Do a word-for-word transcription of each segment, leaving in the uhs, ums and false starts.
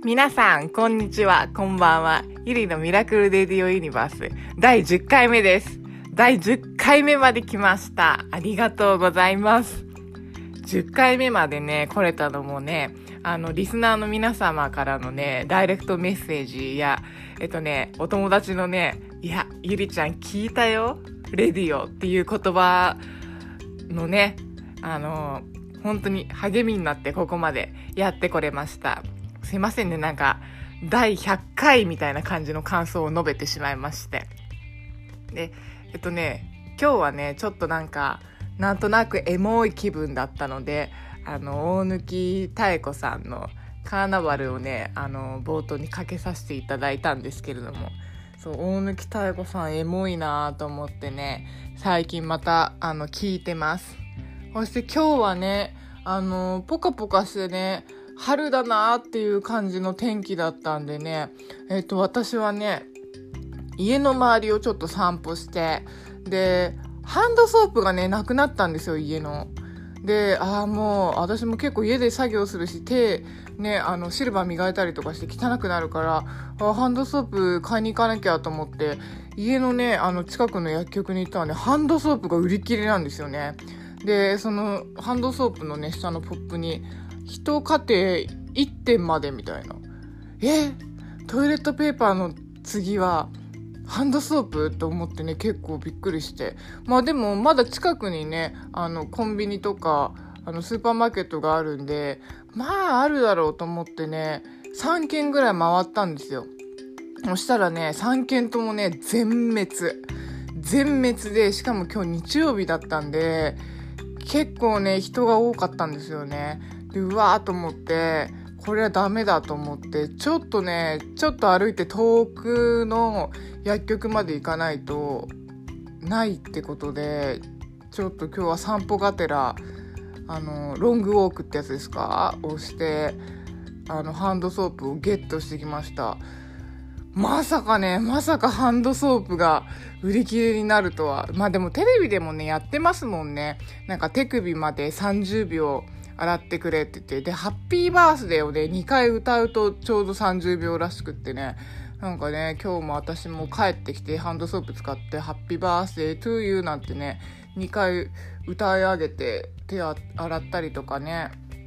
皆さんこんにちは、こんばんは。ゆりのミラクルレディオユニバースだいじゅっかいめです。だいじゅっかいめまで来ました。ありがとうございます。じゅっかいめまでね来れたのもね、あのリスナーの皆様からのねダイレクトメッセージやえっとねお友達のね、いやゆりちゃん聞いたよレディオっていう言葉のね、あの本当に励みになってここまでやってこれました。すいませんね、なんかだいひゃっかいみたいな感じの感想を述べてしまいまして、でえっとね今日はねちょっとなんかなんとなくエモい気分だったので、あの大貫妙子さんのカーナバルをねあの冒頭にかけさせていただいたんですけれども、そう大貫妙子さんエモいなと思ってね最近またあの聞いてます。そして今日はねあのポカポカしてね春だなっていう感じの天気だったんでね、えっと私はね家の周りをちょっと散歩して、でハンドソープがねなくなったんですよ、家の。で、ああもう私も結構家で作業するし手ねあのシルバー磨いたりとかして汚くなるから、あハンドソープ買いに行かなきゃと思って家のねあの近くの薬局に行ったらねハンドソープが売り切れなんですよね。でそのハンドソープのね下のポップに一家庭いってんまでみたいな、えトイレットペーパーの次はハンドソープと思ってね結構びっくりして、まあでもまだ近くにねあのコンビニとかあのスーパーマーケットがあるんで、まああるだろうと思ってねさんけんぐらい回ったんですよ。そしたらねさんけんともね全滅全滅で、しかも今日日曜日だったんで結構ね人が多かったんですよね。でうわーと思ってこれはダメだと思ってちょっとねちょっと歩いて遠くの薬局まで行かないとないってことで、ちょっと今日は散歩がてらあのロングウォークってやつですかをしてあのハンドソープをゲットしてきました。まさかねまさかハンドソープが売り切れになるとは。まあでもテレビでもねやってますもんね。なんか手首までさんじゅうびょう洗ってくれって言って、でハッピーバースデーをねにかい歌うとちょうどさんじゅうびょうらしくってね、なんかね今日も私も帰ってきてハンドソープ使ってハッピーバースデートゥーユーなんてねにかい歌い上げて手洗ったりとかね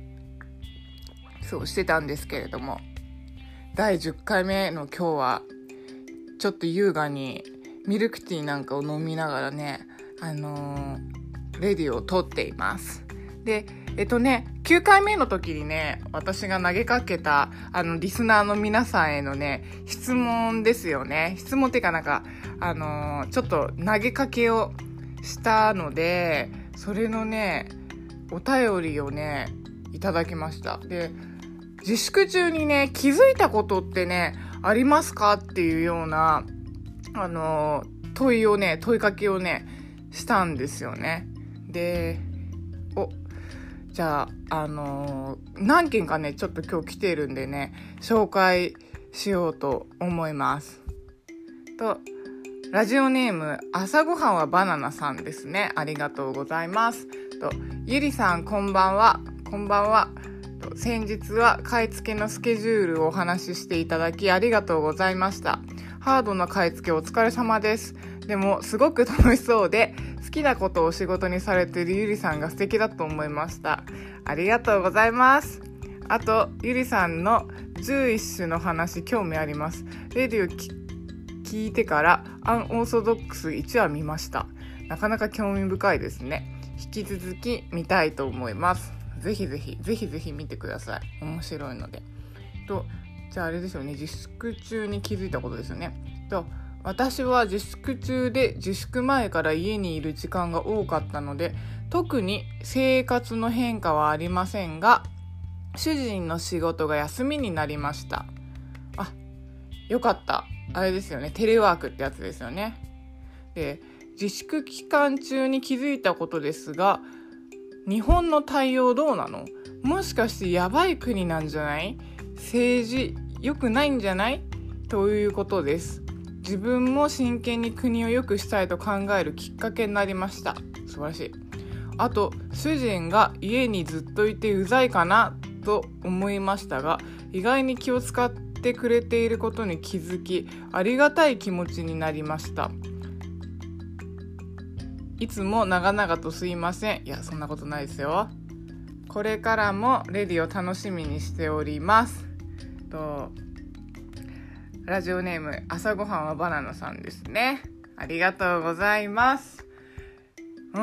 そうしてたんですけれども、だいじゅっかいめの今日はちょっと優雅にミルクティーなんかを飲みながらねあのー、レディを撮っています。でえっとねきゅうかいめの時にね私が投げかけたあのリスナーの皆さんへのね質問ですよね。質問っていうかなんかあのー、ちょっと投げかけをしたので、それのねお便りをねいただきました。で自粛中にね気づいたことってねありますかっていうようなあのー、問いをね問いかけをねしたんですよね。でおじゃあ、あのー、何件かねちょっと今日来ているんでね紹介しようと思います。とラジオネーム朝ごはんはバナナさんですね。ありがとうございます。とゆりさんこんばんは。こんばんは。と先日は買い付けのスケジュールをお話ししていただきありがとうございました。ハードな買い付けお疲れ様です。でもすごく楽しそうで好きなことを仕事にされているゆりさんが素敵だと思いました。ありがとうございます。あとゆりさんのじゅういっ種の話興味あります。レディを聞いてからアンオーソドックスいちわ見ました。なかなか興味深いですね。引き続き見たいと思います。ぜひぜひぜひぜひ見てください。面白いので。とじゃああれですよね、自粛中に気づいたことですよね。と私は自粛中で自粛前から家にいる時間が多かったので特に生活の変化はありませんが、主人の仕事が休みになりました。あ、よかった。あれですよね、テレワークってやつですよね。で自粛期間中に気づいたことですが、日本の対応どうなの？もしかしてやばい国なんじゃない？政治良くないんじゃない？ということです。自分も真剣に国を良くしたいと考えるきっかけになりました。素晴らしい。あと主人が家にずっといてうざいかなと思いましたが、 意外に気を使ってくれていることに気づき、ありがたい気持ちになりました。いつも長々とすいません。いや、そんなことないですよ。これからもレディを楽しみにしております。とラジオネーム朝ごはんはバナナさんですね。ありがとうございます。うん、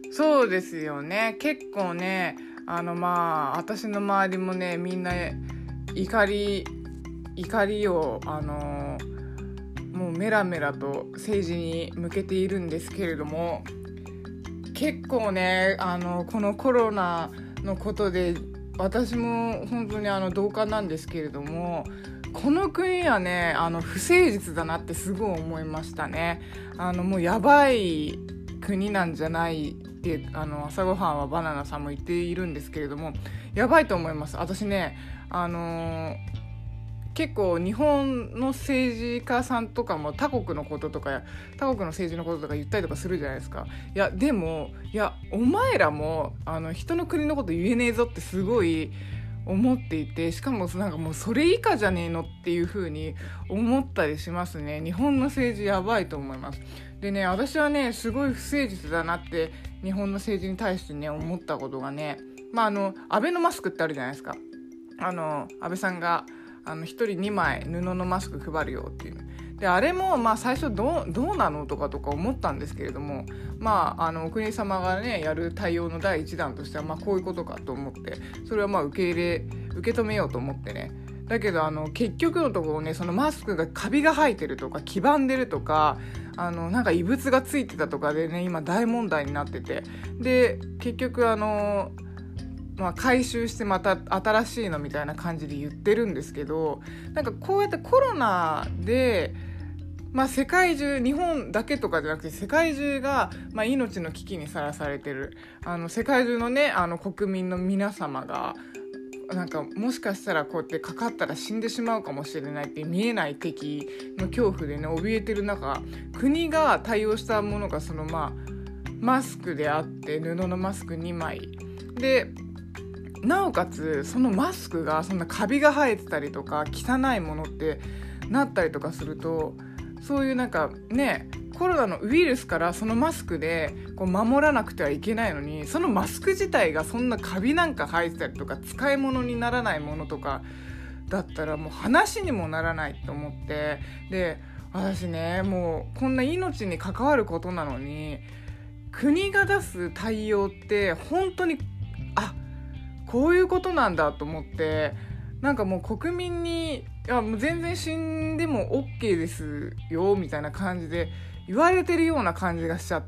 そうですよね。結構ね、あのまあ私の周りもね、みんな怒り怒りをあのもうメラメラと政治に向けているんですけれども、結構ね、あのこのコロナのことで私も本当にあの同感なんですけれども、この国はね、あの不誠実だなってすごい思いましたね。あのもうやばい国なんじゃないってあの朝ごはんはバナナさんも言っているんですけれども、やばいと思います。私ね、あのー結構日本の政治家さんとかも他国のこととか他国の政治のこととか言ったりとかするじゃないですか。いやでもいやお前らもあの人の国のこと言えねえぞってすごい思っていて、しかもなんかもうそれ以下じゃねえのっていう風に思ったりしますね。日本の政治やばいと思います。でね、私はねすごい不誠実だなって日本の政治に対してね思ったことがね、まああのアベノマスクってあるじゃないですか。あの安倍さんがあのひとりにまい布のマスク配るよっていう。であれもまあ最初どう、どうなのとかとか思ったんですけれども、まああのお国様がねやる対応の第一弾としてはまあこういうことかと思って、それはまあ受け入れ受け止めようと思ってね。だけどあの結局のところね、そのマスクがカビが生えてるとか黄ばんでるとか、あのなんか異物がついてたとかでね今大問題になってて、で結局あのまあ、回収してまた新しいのみたいな感じで言ってるんですけど、なんかこうやってコロナで、まあ、世界中、日本だけとかじゃなくて世界中が、まあ、命の危機にさらされてる、あの世界中のねあの国民の皆様がなんかもしかしたらこうやってかかったら死んでしまうかもしれないって見えない敵の恐怖でね怯えてる中、国が対応したものがそのまあマスクであって、布のマスクにまいで、なおかつそのマスクがそんなカビが生えてたりとか汚いものってなったりとかすると、そういうなんかねコロナのウイルスからそのマスクでこう守らなくてはいけないのに、そのマスク自体がそんなカビなんか生えてたりとか使い物にならないものとかだったらもう話にもならないと思って、で私ねもうこんな命に関わることなのに国が出す対応って本当にあこういうことなんだと思って、なんかもう国民にいやもう全然死んでも OK ですよみたいな感じで言われてるような感じがしちゃって、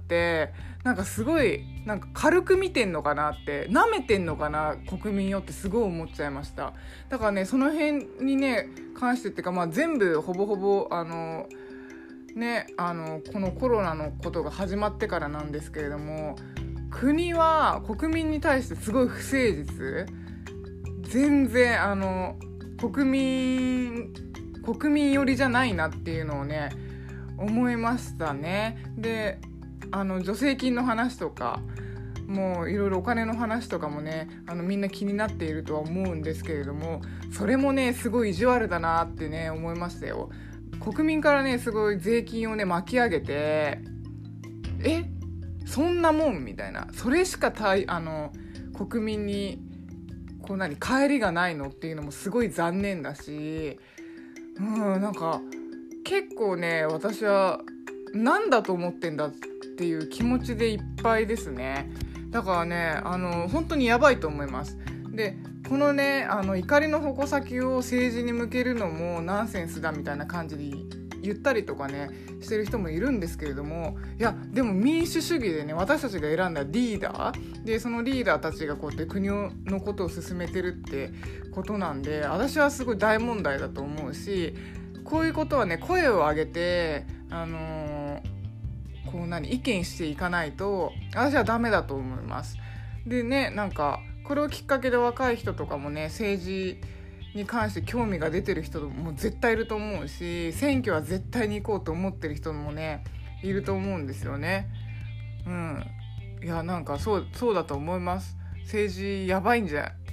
なんかすごいなんか軽く見てんのかなって、舐めてんのかな国民よってすごい思っちゃいました。だからねその辺にね関してっていうか、まあ全部ほぼほぼあのねあのこのコロナのことが始まってからなんですけれども、国は国民に対してすごい不誠実、全然あの国民国民寄りじゃないなっていうのをね思いましたね。であの助成金の話とかもういろいろお金の話とかもねあのみんな気になっているとは思うんですけれども、それもねすごい意地悪だなってね思いましたよ。国民からねすごい税金をね巻き上げて、えそんなもんみたいな、それしかたいあの国民にこう何帰りがないのっていうのもすごい残念だし、うんなんか結構ね私はなんだと思ってんだっていう気持ちでいっぱいですね。だからねあの本当にやばいと思います。でこのねあの怒りの矛先を政治に向けるのもナンセンスだみたいな感じで言ったりとかねしてる人もいるんですけれども、いやでも民主主義でね私たちが選んだリーダーで、そのリーダーたちがこうやって国のことを進めてるってことなんで、私はすごい大問題だと思うし、こういうことはね声を上げてあのー、こう何意見していかないと私はダメだと思います。でねなんかこれをきっかけで若い人とかもね政治に関して興味が出てる人も絶対いると思うし、選挙は絶対に行こうと思ってる人もねいると思うんですよね。うんいやなんかそうそうだと思います。政治やばいんじゃ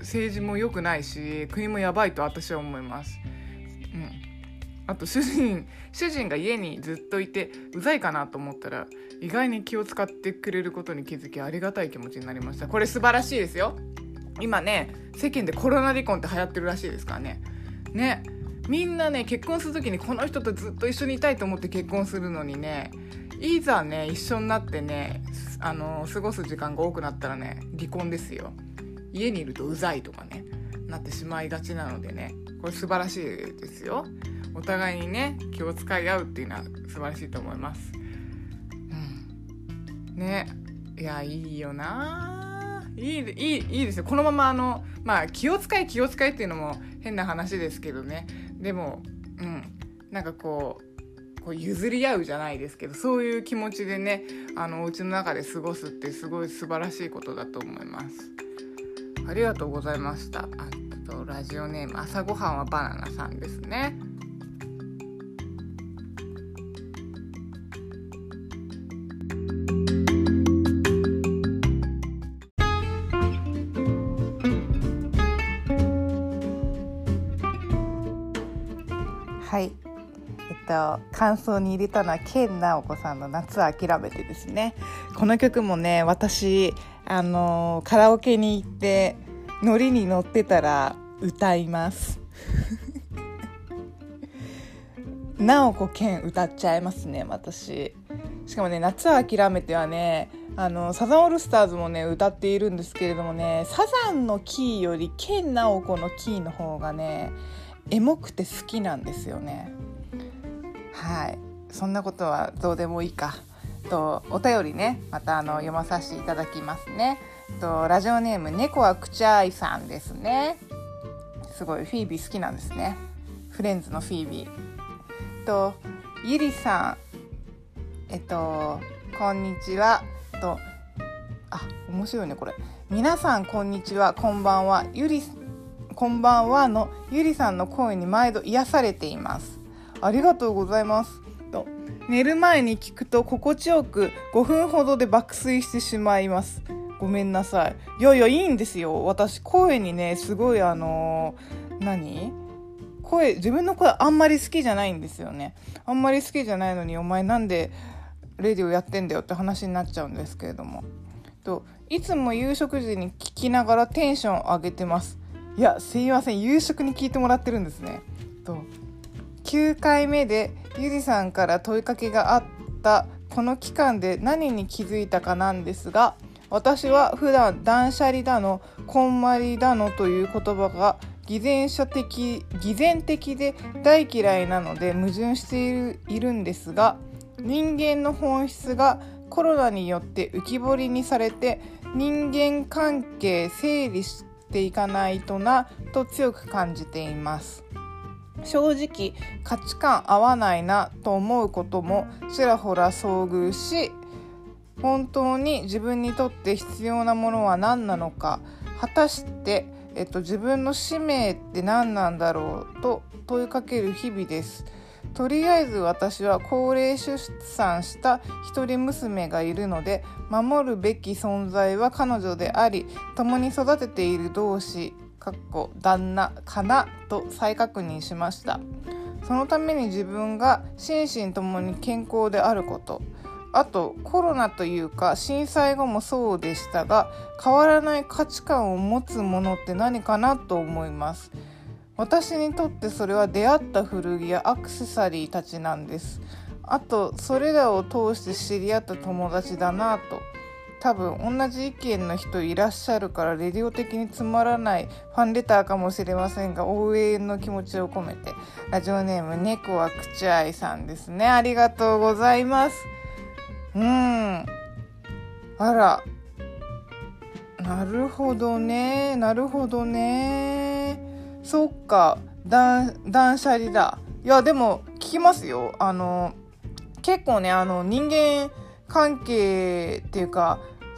政治も良くないし、国もやばいと私は思います。うん。あと主人主人が家にずっといてうざいかなと思ったら、意外に気を使ってくれることに気づき、ありがたい気持ちになりました。これ素晴らしいですよ。今ね、世間でコロナ離婚って流行ってるらしいですからね。ね、みんなね、結婚するときにこの人とずっと一緒にいたいと思って結婚するのにね、いざね一緒になってね、あの過ごす時間が多くなったらね、離婚ですよ。家にいるとうざいとかねなってしまいがちなのでね、これ素晴らしいですよ。お互いにね気を使い合うっていうのは素晴らしいと思います。うん、ね、いやいいよないいいいいいですよ。このままあのまあ気を使い気を使いっていうのも変な話ですけどね。でもうんなんかこうこう譲り合うじゃないですけど、そういう気持ちでね、あのお家の中で過ごすってすごい素晴らしいことだと思います。ありがとうございました。あとラジオネーム朝ごはんはバナナさんですね。はい、えっと感想に入れたのは健直子さんの夏諦めてですね。この曲もね、私あのカラオケに行ってノリに乗ってたら歌います直子健歌っちゃいますね私。しかもね、夏諦めてはね、あのサザンオールスターズもね歌っているんですけれどもね、サザンのキーより健直子のキーの方がねエモくて好きなんですよね。はい、そんなことはどうでもいいかと、お便りねまたあの読まさせていただきますね。とラジオネーム猫はくちゃいさんですね。すごいフィービー好きなんですね。フレンズのフィービーとゆりさん、えっとこんにちはと、あ面白いねこれ。皆さんこんにちは、こんばんは、ゆりこんばんはのゆりさんの声に毎度癒されています。ありがとうございますと、寝る前に聞くと心地よくごふんほどで爆睡してしまいます。ごめんなさい。いやいやいいんですよ。私声にねすごいあのー、何声自分の声あんまり好きじゃないんですよね。あんまり好きじゃないのにお前なんでレディオやってんだよって話になっちゃうんですけれども、といつも夕食時に聞きながらテンション上げてます。いやすいません、夕食に聞いてもらってるんですね。ときゅうかいめでゆりさんから問いかけがあったこの期間で何に気づいたかなんですが、私は普段断捨離だのこんまりだのという言葉が偽善者的偽善的で大嫌いなので矛盾している、いるんですが、人間の本質がコロナによって浮き彫りにされて、人間関係整理していかないとなと強く感じています。正直価値観合わないなと思うこともちらほら遭遇し、本当に自分にとって必要なものは何なのか、果たして、えっと、自分の使命って何なんだろうと問いかける日々です。とりあえず私は高齢出産した一人娘がいるので、守るべき存在は彼女であり、共に育てている同志かっこ旦那かなと再確認しました。そのために自分が心身ともに健康であること、あとコロナというか震災後もそうでしたが、変わらない価値観を持つものって何かなと思います。私にとってそれは出会った古着やアクセサリーたちなんです。あとそれらを通して知り合った友達だなと。多分同じ意見の人いらっしゃるからレディオ的につまらないファンレターかもしれませんが、応援の気持ちを込めて。ラジオネーム猫は口愛さんですね。ありがとうございます。うん、あら、なるほどねなるほどねそっか、断捨離だ。いやでも聞きますよ。あの結構ね、あの人間関係っていうか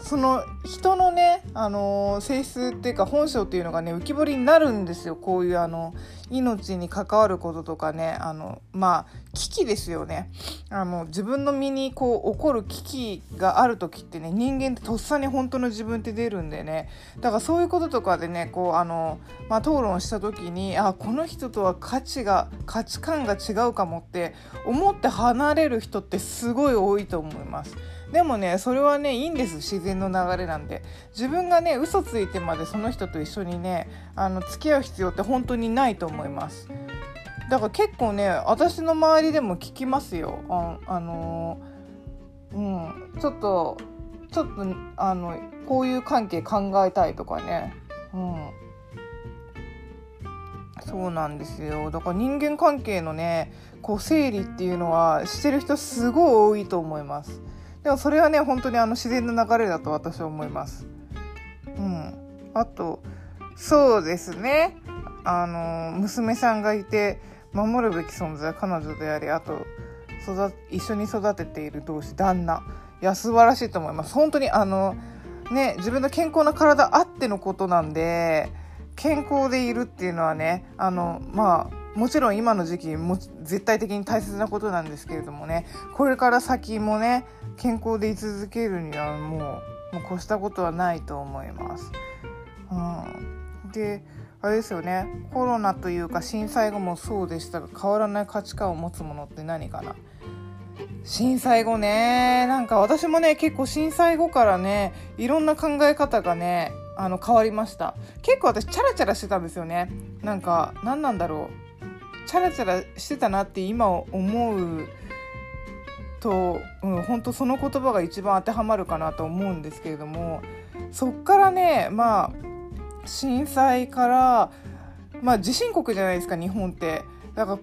その人のね、あのー、性質っていうか本性っていうのがね浮き彫りになるんですよ。こういうあの命に関わることとかね、あのまあ危機ですよね。あの自分の身にこう起こる危機がある時ってね、人間ってとっさに本当の自分って出るんでね、だからそういうこととかでね、こうあの、まあ、討論した時に、あ、この人とは価値が価値観が違うかもって思って離れる人ってすごい多いと思います。でもね、それはねいいんです。自然の流れなんで。自分がね嘘ついてまでその人と一緒にねあの付き合う必要って本当にないと思います。だから結構ね、私の周りでも聞きますよ。あ、あのー、うんちょっとちょっとあのこういう関係考えたいとかね、うん、そうなんですよ。だから人間関係のねこう整理っていうのはしてる人すごい多いと思います。でもそれはね本当にあの自然な流れだと私は思います。うん。あとそうですね。あの娘さんがいて守るべき存在彼女であり、あと育一緒に育てている同士旦那、いや素晴らしいと思います。本当にあのね自分の健康な体あってのことなんで、健康でいるっていうのはね、あのまあもちろん今の時期も絶対的に大切なことなんですけれどもね、これから先もね健康で居続けるにはもう、もう越したことはないと思います。うん、であれですよね、コロナというか震災後もそうでしたが、変わらない価値観を持つものって何かな。震災後ね、なんか私もね結構震災後からねいろんな考え方がねあの変わりました。結構私チャラチャラしてたんですよね。なんか何なんだろう、チャラチャラしてたなって今思うと、うん、本当その言葉が一番当てはまるかなと思うんですけれども、そっからね、まあ震災から、まあ地震国じゃないですか日本って。だから、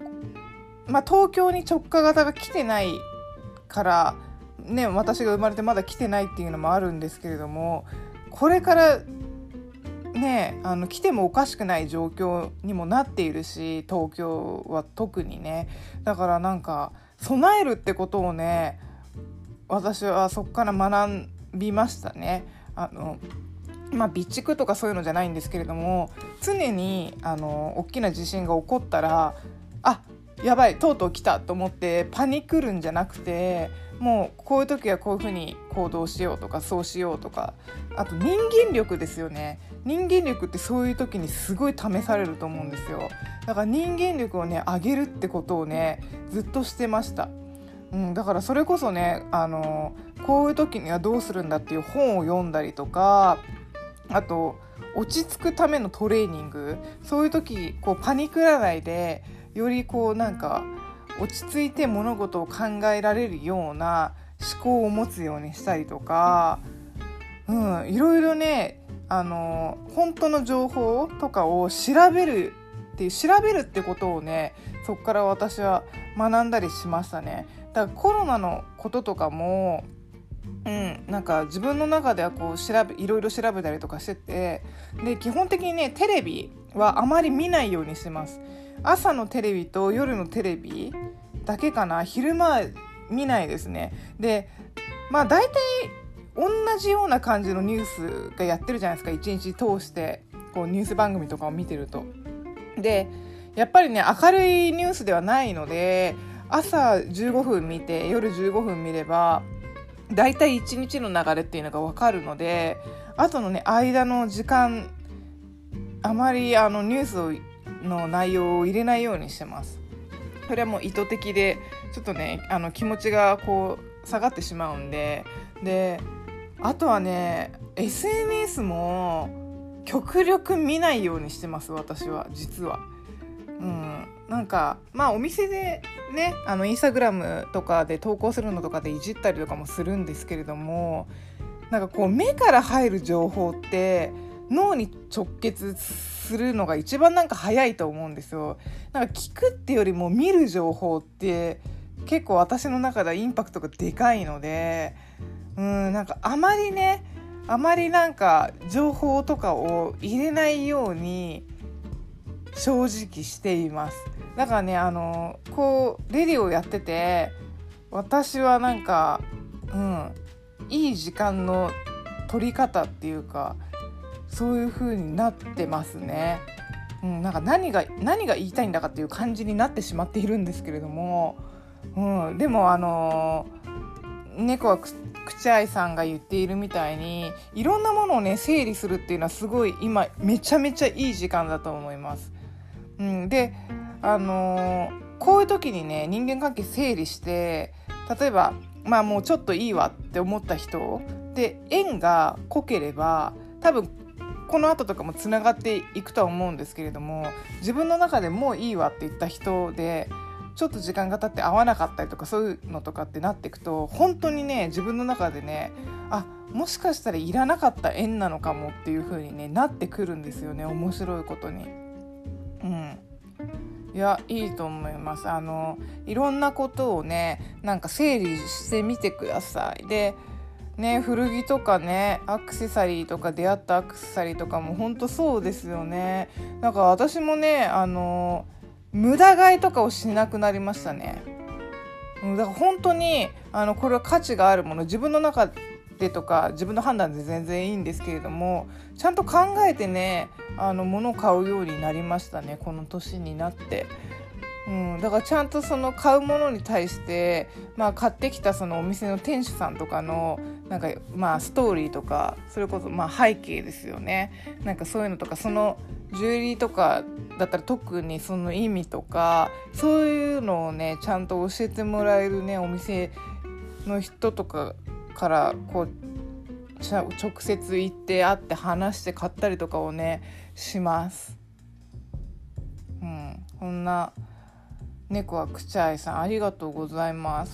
まあ、東京に直下型が来てないからね、私が生まれてまだ来てないっていうのもあるんですけれども、これからねあの来てもおかしくない状況にもなっているし、東京は特にね。だからなんか備えるってことをね私はそこから学びましたね。あのまあ備蓄とかそういうのじゃないんですけれども、常にあの大きな地震が起こったら、あ、やばいとうとう来たと思ってパニクるんじゃなくて、もうこういう時はこういうふうに行動しようとかそうしようとか、あと人間力ですよね。人間力ってそういう時にすごい試されると思うんですよ。だから人間力をね上げるってことをねずっとしてました。うん、だからそれこそね、あのこういう時にはどうするんだっていう本を読んだりとか、あと落ち着くためのトレーニング、そういう時こうパニクらないでよりこうなんか落ち着いて物事を考えられるような思考を持つようにしたりとか、うん、いろいろねあの本当の情報とかを調べるっていう調べるってことをねそこから私は学んだりしましたね。だからコロナのこととかも、うん、なんか自分の中ではこう調べいろいろ調べたりとかしてて、で基本的にねテレビはあまり見ないようにしてます。朝のテレビと夜のテレビだけかな。昼間見ないですね。でまあ大体同じような感じのニュースがやってるじゃないですか、一日通してこうニュース番組とかを見てると。でやっぱりね明るいニュースではないので、朝じゅうごふん見て夜じゅうごふん見ればだいたい一日の流れっていうのが分かるので、あとのね間の時間あまりあのニュースをの内容を入れないようにしてます。それはもう意図的で、ちょっとねあの気持ちがこう下がってしまうんで。であとはね エスエヌエス も極力見ないようにしてます私は実は。うん、なんかまあお店でねあのインスタグラムとかで投稿するのとかでいじったりとかもするんですけれども、なんかこう目から入る情報って脳に直結するのが一番なんか早いと思うんですよ。なんか聞くってよりも見る情報って結構私の中ではインパクトがでかいので、うん、なんかあまりねあまりなんか情報とかを入れないように正直しています。だからねあのこうレディをやってて私はなんか、うん、いい時間の取り方っていうか、そういう風になってますね。うん、なんか何が何が言いたいんだかっていう感じになってしまっているんですけれども、うん、でもあの猫は口愛さんが言っているみたいに、いろんなものをね整理するっていうのはすごい今めちゃめちゃいい時間だと思います。うん、であのこういう時にね人間関係整理して、例えばまあもうちょっといいわって思った人で縁が濃ければ多分この後とかもつながっていくとは思うんですけれども、自分の中でもういいわって言った人でちょっと時間が経って合わなかったりとかそういうのとかってなっていくと、本当にね自分の中でね、あ、もしかしたらいらなかった縁なのかもっていう風に、ね、なってくるんですよね。面白いことに。うん、いやいいと思います。あのいろんなことをねなんか整理してみてください。でね、古着とかねアクセサリーとか出会ったアクセサリーとかも本当そうですよね。なんか私もねあの無駄買いとかをしなくなりましたね。だから本当にあのこれは価値があるもの、自分の中でとか自分の判断で全然いいんですけれども、ちゃんと考えてねあの物を買うようになりましたね、この年になって。うん、だからちゃんとその買うものに対して、まあ、買ってきたそのお店の店主さんとかのなんか、まあ、ストーリーとか、それこそまあ背景ですよね。なんかそういうのとか、そのジュエリーとかだったら特にその意味とかそういうのをねちゃんと教えてもらえるねお店の人とかからこう直接行って会って話して買ったりとかをねします。うん、こんな猫は口愛さんありがとうございます。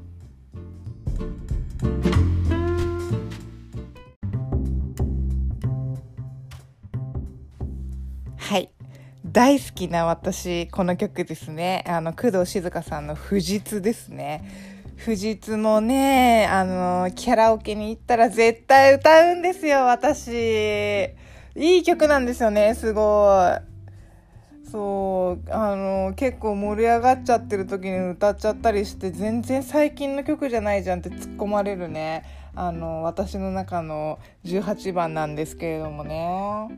はい、大好きな私この曲ですね。あの工藤静香さんの不実ですね。不実もねあのキャラオケに行ったら絶対歌うんですよ私。いい曲なんですよね、すごい。そうあの結構盛り上がっちゃってる時に歌っちゃったりして、全然最近の曲じゃないじゃんって突っ込まれるね、あの私の中のじゅうはちばんなんですけれどもね。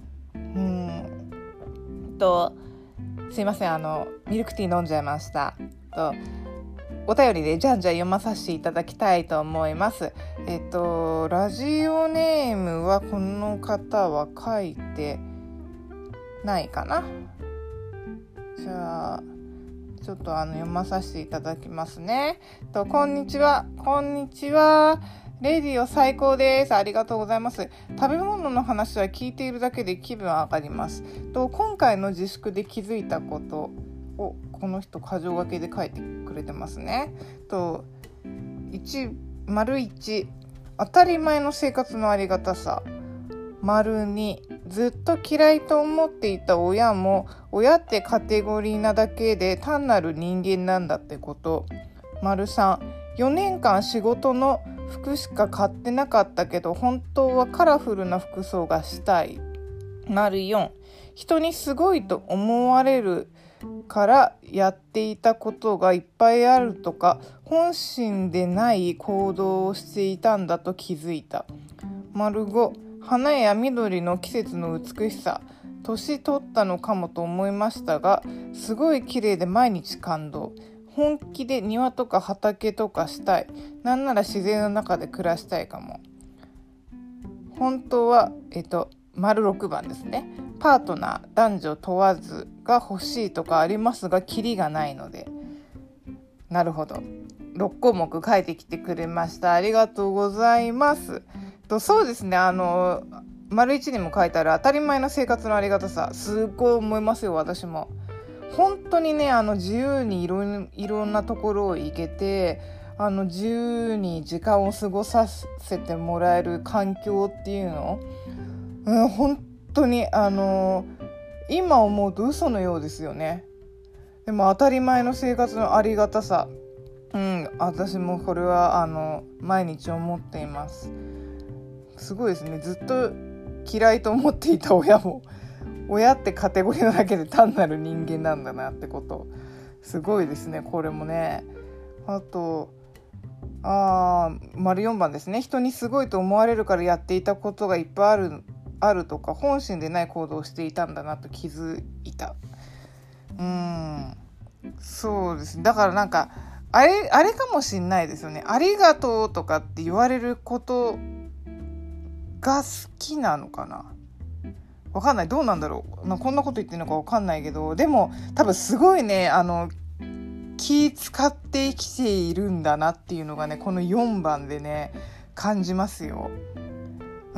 うんとすいません、あのミルクティー飲んじゃいましたと。お便りでじゃんじゃん読まさせていただきたいと思います。えっとラジオネームはこの方は書いてないかな。じゃあちょっとあの読まさせていただきますね。とこんにちはこんにちはレディオ最高です。ありがとうございます。食べ物の話は聞いているだけで気分上がります。と今回の自粛で気づいたことをこの人箇条書きで書いてくれてますね。といち丸いち当たり前の生活のありがたさ。丸にずっと嫌いと思っていた親も親ってカテゴリーなだけで単なる人間なんだってこと。丸さんよねんかん仕事の服しか買ってなかったけど本当はカラフルな服装がしたい。丸よん人にすごいと思われるからやっていたことがいっぱいあるとか本心でない行動をしていたんだと気づいた。丸ご花や緑の季節の美しさ、年取ったのかもと思いましたがすごい綺麗で毎日感動。本気で庭とか畑とかしたい。なんなら自然の中で暮らしたいかも。本当はえっと丸ろくばんですね。パートナー男女問わずが欲しいとかありますがキリがないので。なるほど、ろっこうもく書いてきてくれました。ありがとうございます。とそうですね、あの丸一にも書いてある当たり前の生活のありがたさ、すごい思いますよ。私も本当にねあの自由にいろいろんなところを行けて、あの自由に時間を過ごさせてもらえる環境っていうの、うん、本当にあの今思うと嘘のようですよね。でも当たり前の生活のありがたさ、うん、私もこれはあの毎日思っています。すごいですね。ずっと嫌いと思っていた親も親ってカテゴリーだけで単なる人間なんだなってこと、すごいですねこれもね。あとあ丸よんばんですね。人にすごいと思われるからやっていたことがいっぱいあるあるとか、本心でない行動をしていたんだなと気づいた。うーんそうですね。だからなんかあれあれかもしんないですよね。ありがとうとかって言われることが好きなのかな。わかんない。どうなんだろう。まあ、こんなこと言ってるのかわかんないけど、でも多分すごいね、あの気使って生きているんだなっていうのがね、このよんばんでね感じますよ。うん、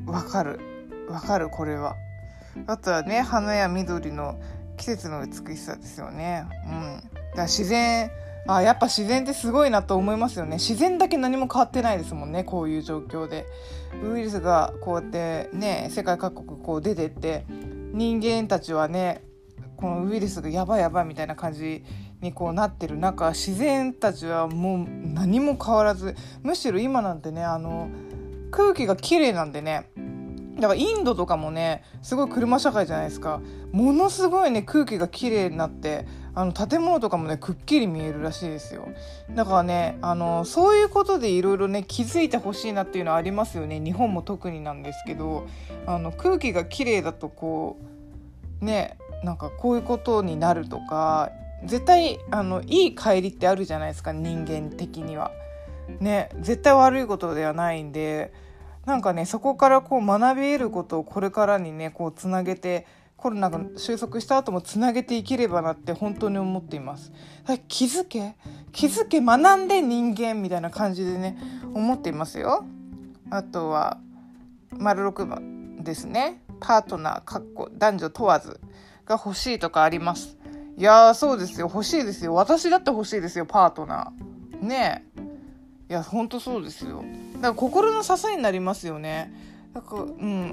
わかるわかるこれは。あとはね、花や緑の季節の美しさですよね。うん、だから自然あやっぱ自然ってすごいなと思いますよね。自然だけ何も変わってないですもんね、こういう状況で。ウイルスがこうやってね世界各国こう出てって、人間たちはねこのウイルスがやばいやばいみたいな感じにこうなってる中、自然たちはもう何も変わらず、むしろ今なんてねあの空気が綺麗なんでね、だからインドとかもねすごい車社会じゃないですか。ものすごいね空気が綺麗になって、あの建物とかもねくっきり見えるらしいですよ。だからねあのそういうことでいろいろね気づいてほしいなっていうのはありますよね。日本も特になんですけど、あの空気が綺麗だとこうねなんかこういうことになるとか、絶対あのいい帰りってあるじゃないですか、人間的にはね。絶対悪いことではないんで、なんかねそこからこう学び得ることをこれからにねこうつなげて、コロナが収束した後もつなげていければなって本当に思っています。気づけ気づけ学んで人間みたいな感じでね思っていますよ。あとは丸ろくばんですね。パートナーかっこ男女問わずが欲しいとかあります。いやーそうですよ、欲しいですよ。私だって欲しいですよ、パートナーねえ。いやほんとそうですよ。だから心の支えになりますよね。だから、うん、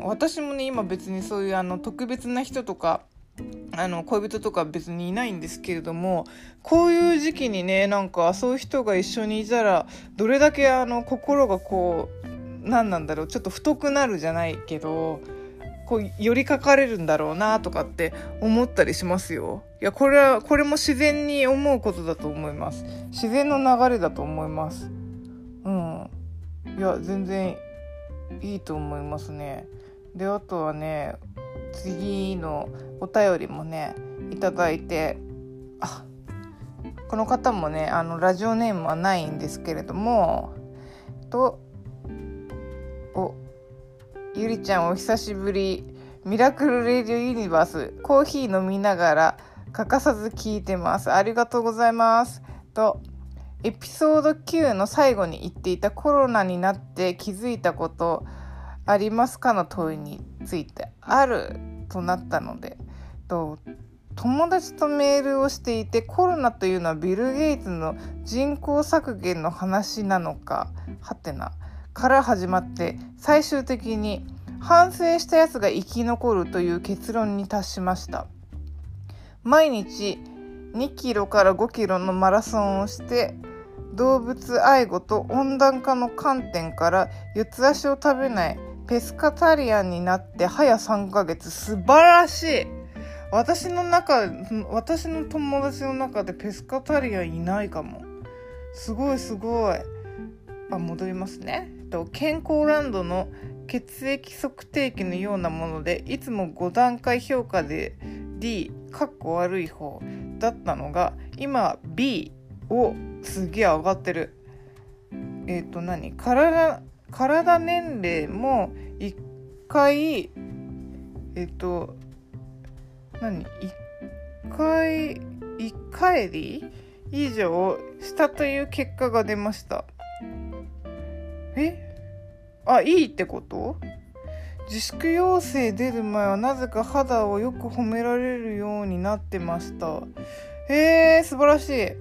私もね今別にそういうあの特別な人とかあの恋人とか別にいないんですけれども、こういう時期にねなんかそういう人が一緒にいたらどれだけあの心がこう何なんだろう、ちょっと太くなるじゃないけどこう寄りかかれるんだろうなとかって思ったりしますよ。いやこれはこれも自然に思うことだと思います。自然の流れだと思います。うん、いや全然いいと思いますね。であとはね次のお便りもねいただいて、あこの方もねあのラジオネームはないんですけれども、とおゆりちゃんお久しぶり、ミラクルレディオユニバースコーヒー飲みながら欠かさず聞いてます、ありがとうございます。とエピソードきゅうの最後に言っていたコロナになって気づいたことありますかの問いについてあるとなったので、と友達とメールをしていて、コロナというのはビル・ゲイツの人口削減の話なのかはてなから始まって、最終的に反省したやつが生き残るという結論に達しました。毎日にキロからごキロのマラソンをして、動物愛護と温暖化の観点から四つ足を食べないペスカタリアンになって早さんかげつ。素晴らしい。私の中私の友達の中でペスカタリアンいないかも。すごいすごい。あ戻りますね。健康ランドの血液測定器のようなもので、いつもごだんかい評価で D かっこ悪い方だったのが今 B をすげえ上がってる。えっと何体体年齢もいっかいえっと何いっかいいっかいり以上したという結果が出ました。えあいいってこと？自粛要請出る前はなぜか肌をよく褒められるようになってました。へー素晴らしい。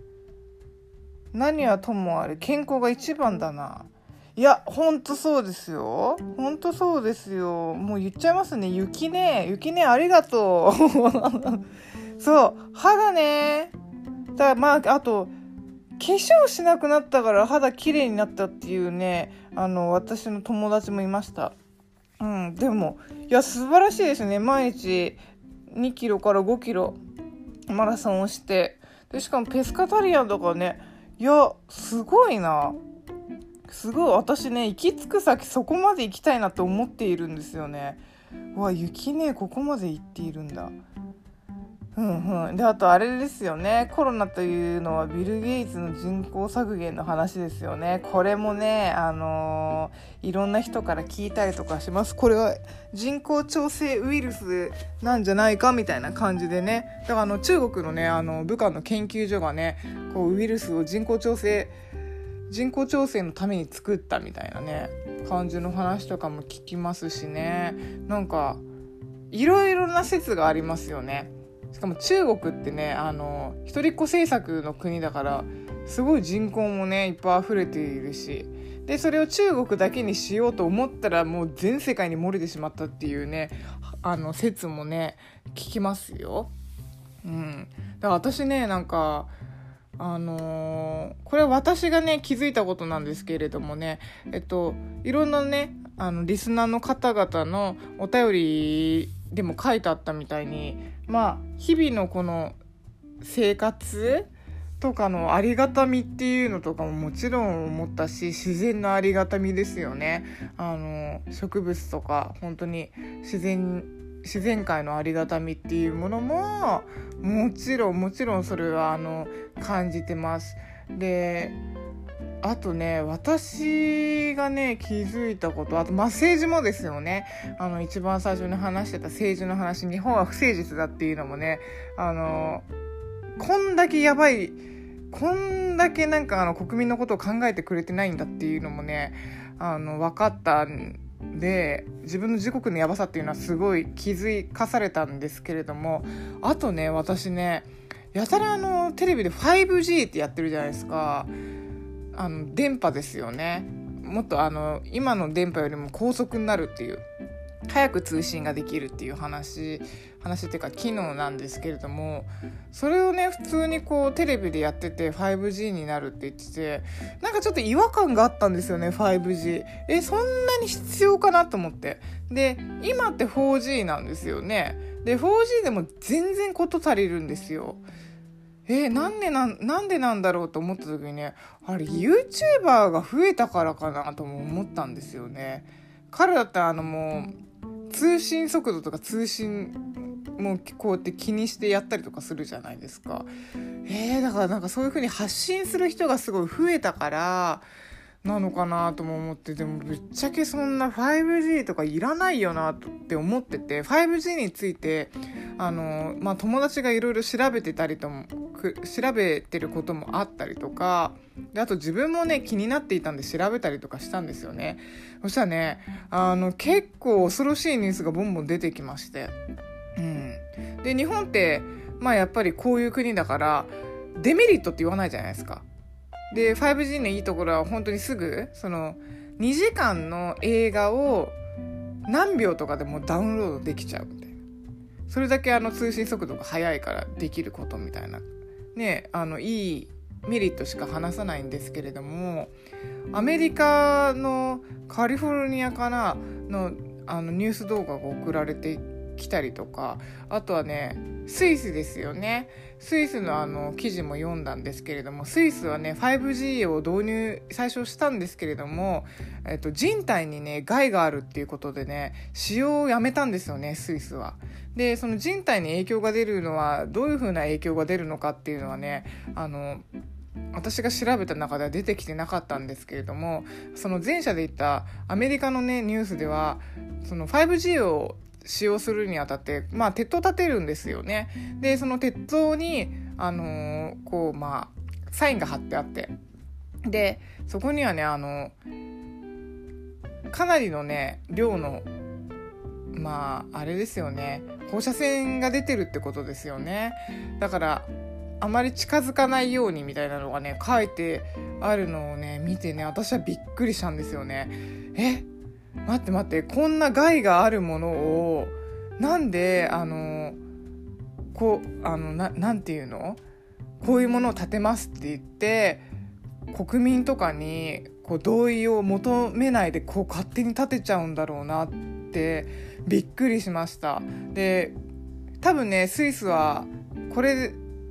何はともあれ健康が一番だな。いやほんとそうですよ、ほんとそうですよ。もう言っちゃいますね。雪ね雪ねありがとうそう肌ねだまああと化粧しなくなったから肌綺麗になったっていうねあの私の友達もいました。うんでもいや素晴らしいですね。毎日にキロからごキロマラソンをして、でしかもペスカタリアンだからねいやすごいな。すごい、私ね、行き着く先そこまで行きたいなと思っているんですよね。うわ、雪ね、ここまで行っているんだ。うんうん。で、あとあれですよね、コロナというのはビル・ゲイツの人口削減の話ですよね。これもね、あのー、いろんな人から聞いたりとかします。これは人工調整ウイルスなんじゃないかみたいな感じでね。だからあの中国のね、あの武漢の研究所がね、こうウイルスを人工調整人工調整のために作ったみたいなね感じの話とかも聞きますしね。なんかいろいろな説がありますよね。しかも中国ってね、あの一人っ子政策の国だからすごい人口もねいっぱい溢れているし、でそれを中国だけにしようと思ったらもう全世界に漏れてしまったっていうね、あの説もね聞きますよ。うん、だから私ね、なんかあのー、これは私がね気づいたことなんですけれどもね、えっといろんなねあのリスナーの方々のお便りでも書いてあったみたいに、まあ日々のこの生活とかのありがたみっていうのとかももちろん思ったし、自然のありがたみですよね。あの植物とか本当に自然自然界のありがたみっていうものももちろんもちろんそれはあの感じてます。であとね、私がね気づいたこと、あとまあ政治もですよね。あの一番最初に話してた政治の話、日本は不誠実だっていうのもね、あのこんだけやばいこんだけなんかあの国民のことを考えてくれてないんだっていうのもね、あの分かったんで、自分の自国のやばさっていうのはすごい気づかされたんですけれども、あとね、私ねやたらあのテレビで ファイブジー ってやってるじゃないですか。あの電波ですよね。もっとあの今の電波よりも高速になるっていう、早く通信ができるっていう話話っていうか機能なんですけれども、それをね普通にこうテレビでやってて ファイブジー になるって言ってて、なんかちょっと違和感があったんですよね。 ファイブジー えそんなに必要かなと思って、で今って フォージー なんですよね。で フォージー でも全然こと足りるんですよ。えー、なんでなん、なんでなんだろうと思った時にね、あれ YouTuber が増えたからかなとも思ったんですよね。彼だったらあのもう通信速度とか通信もこうやって気にしてやったりとかするじゃないですか。えー、だからなんかそういう風に発信する人がすごい増えたからなのかなとも思って、でもぶっちゃけそんな ファイブジー とかいらないよなって思ってて、 ファイブジー についてあの、まあ、友達がいろいろ調べてたりとも調べてることもあったりとかで、あと自分もね気になっていたんで調べたりとかしたんですよね。そしたらね、あの結構恐ろしいニュースがボンボン出てきまして、うん、で日本ってまあやっぱりこういう国だからデメリットって言わないじゃないですか。で ファイブジー のいいところは本当にすぐそのにじかんの映画を何秒とかでもダウンロードできちゃうみたいな、それだけあの通信速度が速いからできることみたいなね、あのいいメリットしか話さないんですけれども、アメリカのカリフォルニアかな の, あのニュース動画が送られてきたりとか、あとはねスイスですよね。スイスのあの記事も読んだんですけれども、スイスはね ファイブジー を導入最初したんですけれども、えっと、人体にね害があるっていうことでね使用をやめたんですよね、スイスは。でその人体に影響が出るのはどういう風な影響が出るのかっていうのはね、あの私が調べた中では出てきてなかったんですけれども、その前者で言ったアメリカのねニュースではその ファイブジー を使用するにあたって、まあ、鉄塔立てるんですよね。でその鉄塔に、あのー、こうまあサインが貼ってあって、でそこにはねあのかなりのね量のまああれですよね、放射線が出てるってことですよね。だからあまり近づかないようにみたいなのがね書いてあるのをね見てね、私はびっくりしたんですよね。え待って待って、こんな害があるものをなんであのこうあの な, なんていうのこういうものを建てますって言って国民とかにこう同意を求めないでこう勝手に建てちゃうんだろうなってびっくりしました。で多分ねスイスはこれ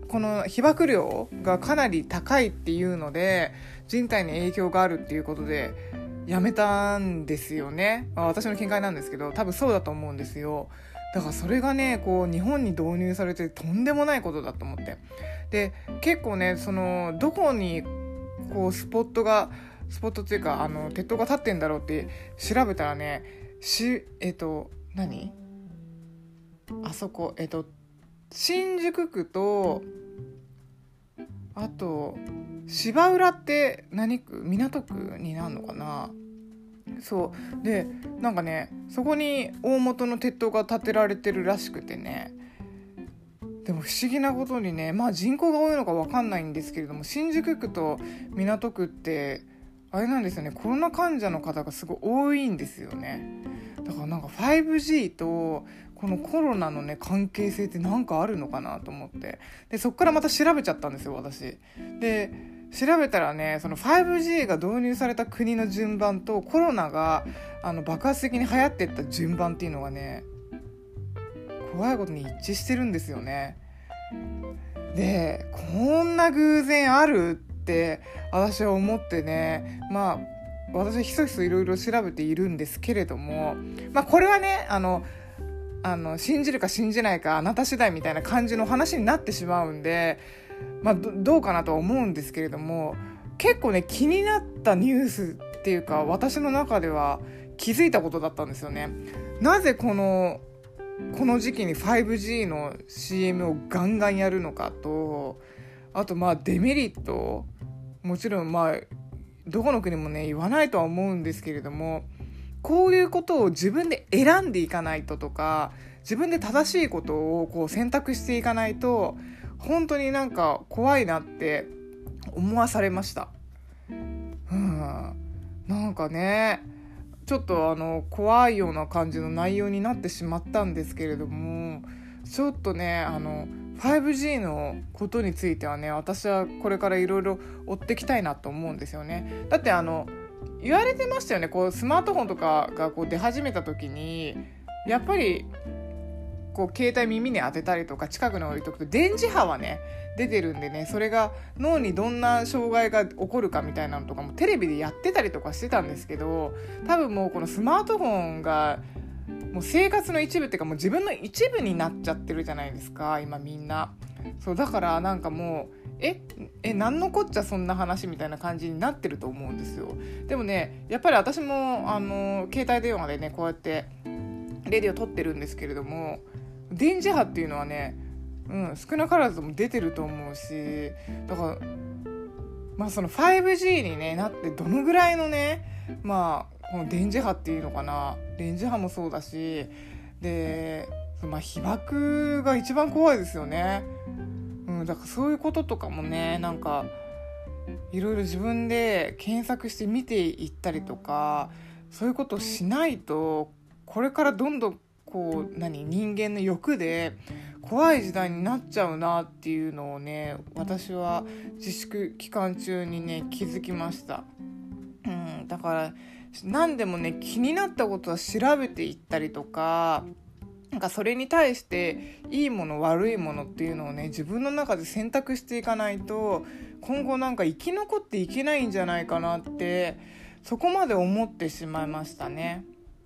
この被曝量がかなり高いっていうので人体に影響があるっていうことでやめたんですよね。まあ、私の見解なんですけど多分そうだと思うんですよ。だからそれがねこう日本に導入されてとんでもないことだと思って、で結構ねそのどこにこうスポットがスポットっていうかあの鉄塔が立ってんだろうって調べたらねしえっと何あそこえっと新宿区とあと芝浦って何区港区になるのかな。そうでなんかねそこに大元の鉄塔が建てられてるらしくてね、でも不思議なことにねまあ人口が多いのか分かんないんですけれども新宿区と港区ってあれなんですよね、コロナ患者の方がすごい多いんですよね。だからなんか ファイブジー とこのコロナのね関係性ってなんかあるのかなと思って、でそっからまた調べちゃったんですよ私で調べたらねその ファイブジー が導入された国の順番とコロナがあの爆発的に流行っていった順番っていうのがね怖いことに一致してるんですよね。でこんな偶然あるって私は思ってね、まあ私はひそひそいろいろ調べているんですけれども、まあこれはねあのあの信じるか信じないかあなた次第みたいな感じの話になってしまうんで、まあ ど, どうかなとは思うんですけれども、結構ね気になったニュースっていうか私の中では気づいたことだったんですよね。なぜこのこの時期に ファイブジー の シーエム をガンガンやるのかと、あとまあデメリットもちろんまあどこの国もね言わないとは思うんですけれども、こういうことを自分で選んでいかないととか自分で正しいことをこう選択していかないと本当になんか怖いなって思わされました。うん、なんかねちょっとあの怖いような感じの内容になってしまったんですけれども、ちょっとねあの ファイブジー のことについてはね私はこれからいろいろ追っていきたいなと思うんですよね。だってあの言われてましたよね、こうスマートフォンとかがこう出始めた時にやっぱりこう携帯耳に当てたりとか近くに置いとくと電磁波はね出てるんでね、それが脳にどんな障害が起こるかみたいなのとかもテレビでやってたりとかしてたんですけど、多分もうこのスマートフォンがもう生活の一部っていうかもう自分の一部になっちゃってるじゃないですか今みんな。そうだからなんかもうええ何のこっちゃそんな話みたいな感じになってると思うんですよ。でもねやっぱり私もあの携帯電話でねこうやってレディを撮ってるんですけれども、電磁波っていうのはね、うん、少なからずも出てると思うし、だからまあその ファイブジー に、ね、なってどのぐらいのねまあこの電磁波っていうのかな、電磁波もそうだしで、まあ、被爆が一番怖いですよね。うん、だからそういうこととかもねなんかいろいろ自分で検索して見ていったりとかそういうことをしないとこれからどんどんこう何人間の欲で怖い時代になっちゃうなっていうのをね私は自粛期間中にね気づきました。うん、だから何でもね気になったことは調べていったりとかなんかそれに対していいもの悪いものっていうのをね自分の中で選択していかないと今後なんか生き残っていけないんじゃないかなってそこまで思ってしまいましたね。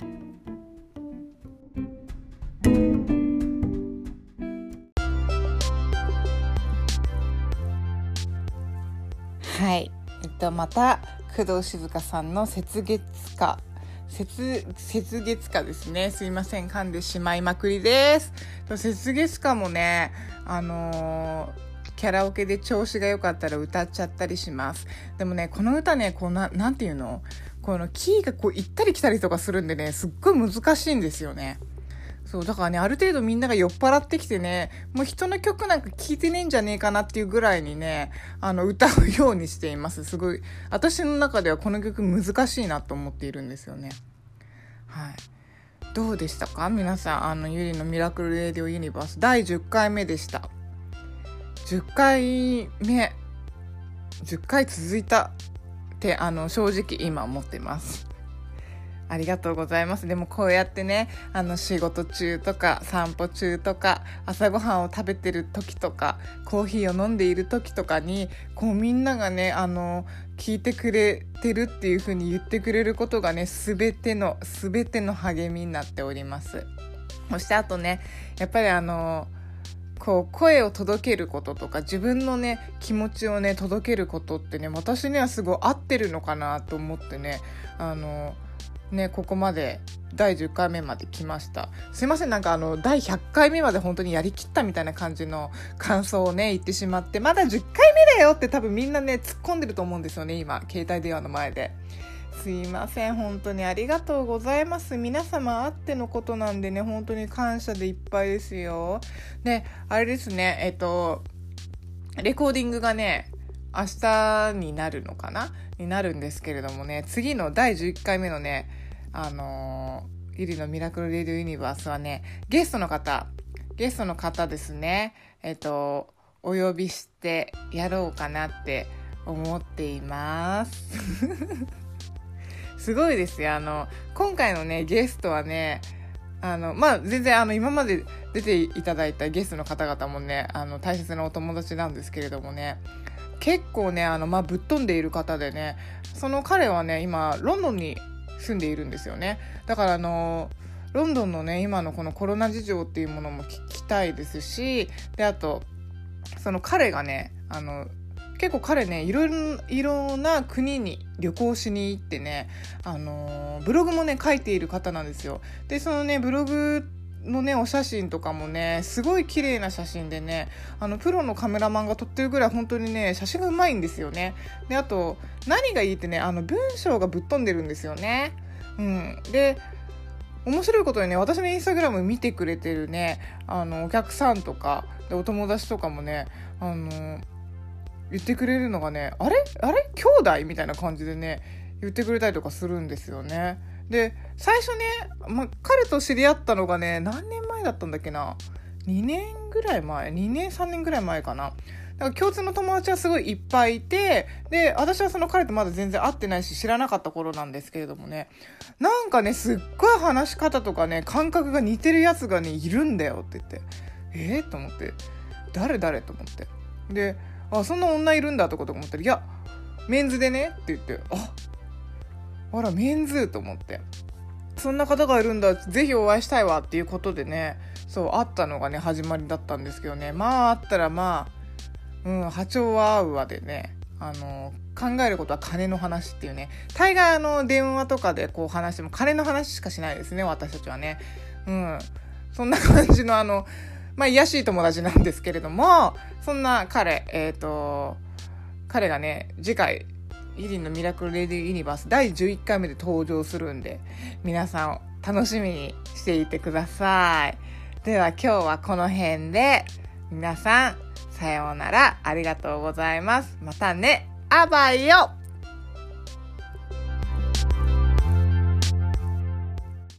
はい、えっと、また工藤静香さんの雪月花雪雪月花ですね、すいません噛んでしまいまくりです。雪月花もねあのー、キャラオケで調子が良かったら歌っちゃったりします。でもねこの歌ねこう な, なんていうのこのキーがこう行ったり来たりとかするんでねすっごい難しいんですよね。そうだからねある程度みんなが酔っ払ってきてねもう人の曲なんか聴いてねえんじゃねえかなっていうぐらいにねあの歌うようにしています。すごい私の中ではこの曲難しいなと思っているんですよね。はい、どうでしたか皆さん。あのゆりのミラクルレディオユニバースだいじゅっかいめでした。じゅっかいめじゅっかい続いたってあの正直今思ってます。 ありがとうございます。でもこうやってね、あの仕事中とか散歩中とか朝ごはんを食べてる時とかコーヒーを飲んでいる時とかにこうみんながねあの聞いてくれてるっていう風に言ってくれることがねすべてのすべての励みになっております。そしてあとねやっぱりあのこう声を届けることとか自分のね気持ちをね届けることってね私にはすごい合ってるのかなと思ってねあのねここまでだいじゅっかいめまで来ました。すいませんなんかあのだいひゃっかいめまで本当にやりきったみたいな感じの感想をね言ってしまってまだじゅっかいめだよって多分みんなね突っ込んでると思うんですよね今携帯電話の前で。すいません本当にありがとうございます。皆様あってのことなんでね本当に感謝でいっぱいですよ。であれですねえっとレコーディングがね明日になるのかなになるんですけれどもね次のだいじゅういっかいめのねあのー、ゆりのミラクルレディオユニバースはねゲストの方ゲストの方ですねえっとお呼びしてやろうかなって思っていますすごいですよあの今回のねゲストはねあのまあ全然あの今まで出ていただいたゲストの方々もねあの大切なお友達なんですけれどもね結構ねあの、まあ、ぶっ飛んでいる方でねその彼はね今ロンドンに住んでいるんですよね。だからあのロンドンのね今のこのコロナ事情っていうものも聞きたいですしであとその彼がねあの結構彼ねいろいろな国に旅行しに行ってね、あのー、ブログもね書いている方なんですよ。でそのねブログのねお写真とかもねすごい綺麗な写真でねあのプロのカメラマンが撮ってるぐらい本当にね写真がうまいんですよね。であと何がいいってねあの文章がぶっ飛んでるんですよね。うん、で面白いことにね私のインスタグラム見てくれてるねあのお客さんとかでお友達とかもねあの言ってくれるのがねあれあれ兄弟みたいな感じでね言ってくれたりとかするんですよね。で最初ね、ま、彼と知り合ったのがね何年前だったんだっけなにねんぐらい前にねんさんねんぐらい前かな。だから共通の友達はすごいいっぱいいてで私はその彼とまだ全然会ってないし知らなかった頃なんですけれどもねなんかねすっごい話し方とかね感覚が似てるやつがねいるんだよって言ってえー、と思って誰誰と思ってであそんな女いるんだとかと思ったらいやメンズでねって言ってああらメンズと思ってそんな方がいるんだぜひお会いしたいわっていうことでねそう会ったのがね始まりだったんですけどねまあ会ったらまあうん波長は合うわでねあの考えることは金の話っていうね大概あの電話とかでこう話しても金の話しかしないですね私たちはねうんそんな感じのあのまあ、癒やしい友達なんですけれどもそんな彼えっと彼がね次回イリンのミラクルレディユニバースだいじゅういっかいめで登場するんで皆さん楽しみにしていてください。では今日はこの辺で皆さんさようならありがとうございます。またねあばよ。